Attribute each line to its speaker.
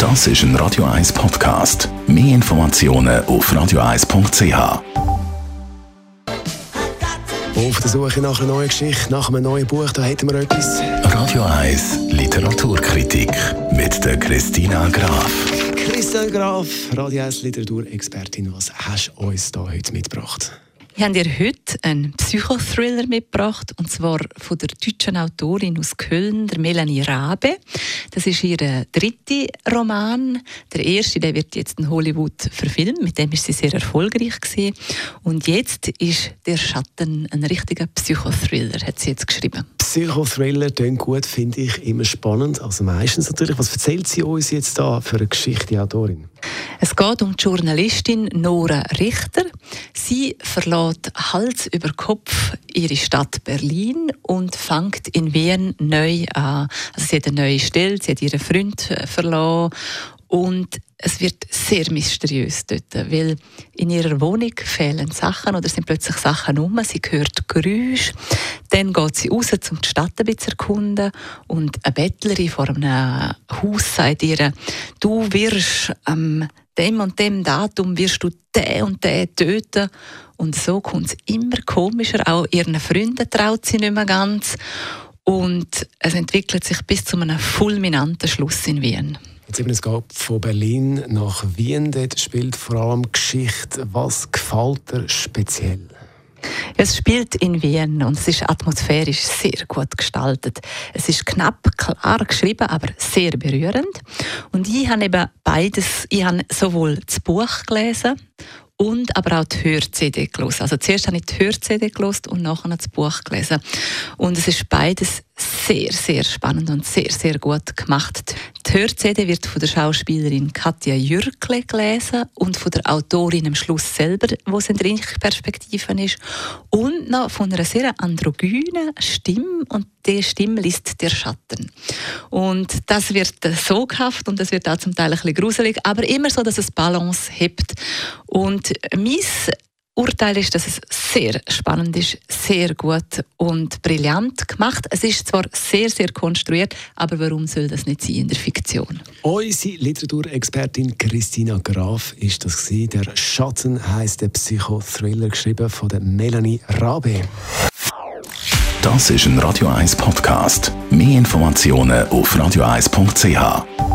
Speaker 1: Das ist ein Radio 1 Podcast. Mehr Informationen auf radio1.ch.
Speaker 2: Auf der Suche nach einer neuen Geschichte, nach einem neuen Buch, da hätten wir etwas.
Speaker 1: Radio 1 Literaturkritik mit der Christina Graf.
Speaker 2: Christina Graf, Radio 1 Literaturexpertin, was hast du uns da heute mitgebracht?
Speaker 3: Ich habe dir heute einen Psychothriller mitgebracht, und zwar von der deutschen Autorin aus Köln, der Melanie Rabe. Das ist ihr dritter Roman. Der erste, der wird jetzt in Hollywood verfilmt, mit dem ist sie sehr erfolgreich gewesen. Und jetzt ist «Der Schatten» ein richtiger Psychothriller, hat sie jetzt geschrieben.
Speaker 2: Psychothriller klingt gut, finde ich immer spannend, also meistens natürlich. Was erzählt sie uns jetzt da für eine Geschichte, die Autorin?
Speaker 3: Es geht um die Journalistin Nora Richter. Sie verlässt Hals über Kopf ihre Stadt Berlin und fängt in Wien neu an. Also sie hat eine neue Stelle, sie hat ihren Freund verloren und es wird sehr mysteriös dort, weil in ihrer Wohnung fehlen Sachen oder sind plötzlich Sachen rum. Sie hört Geräusche. Dann geht sie raus, um die Stadt ein bisschen zu erkunden. Und eine Bettlerin vor einem Haus sagt ihr, du wirst am dem und dem Datum wirst du den und den töten. Und so kommt es immer komischer. Auch ihren Freunden traut sie nicht mehr ganz. Und es entwickelt sich bis zu einem fulminanten Schluss in Wien.
Speaker 2: Jetzt eben, es geht von Berlin nach Wien. Dort spielt vor allem Geschichte. Was gefällt dir speziell?
Speaker 3: Es spielt in Wien und es ist atmosphärisch sehr gut gestaltet. Es ist knapp, klar geschrieben, aber sehr berührend. Und ich habe eben beides. Ich habe sowohl das Buch gelesen und aber auch die Hör-CD gelesen. Also zuerst habe ich die Hör-CD gelesen und nachher das Buch gelesen. Und es ist beides sehr, sehr spannend und sehr, sehr gut gemacht. Die Hör-CD wird von der Schauspielerin Katja Jürkle gelesen und von der Autorin am Schluss selber, wo es in der Ich-Perspektive ist, und noch von einer sehr androgynen Stimme, und diese Stimme liest «Der Schatten». Und das wird soghaft und das wird auch zum Teil ein bisschen gruselig, aber immer so, dass es Balance hebt. Und mein Urteil ist, dass es sehr spannend ist, sehr gut und brillant gemacht. Es ist zwar sehr, sehr konstruiert, aber warum soll das nicht sein in der Fiktion?
Speaker 2: Unsere Literaturexpertin Christina Graf ist das gewesen. «Der Schatten» heisst der Psychothriller, geschrieben von der Melanie Rabe.
Speaker 1: Das ist ein Radio 1 Podcast. Mehr Informationen auf radio1.ch.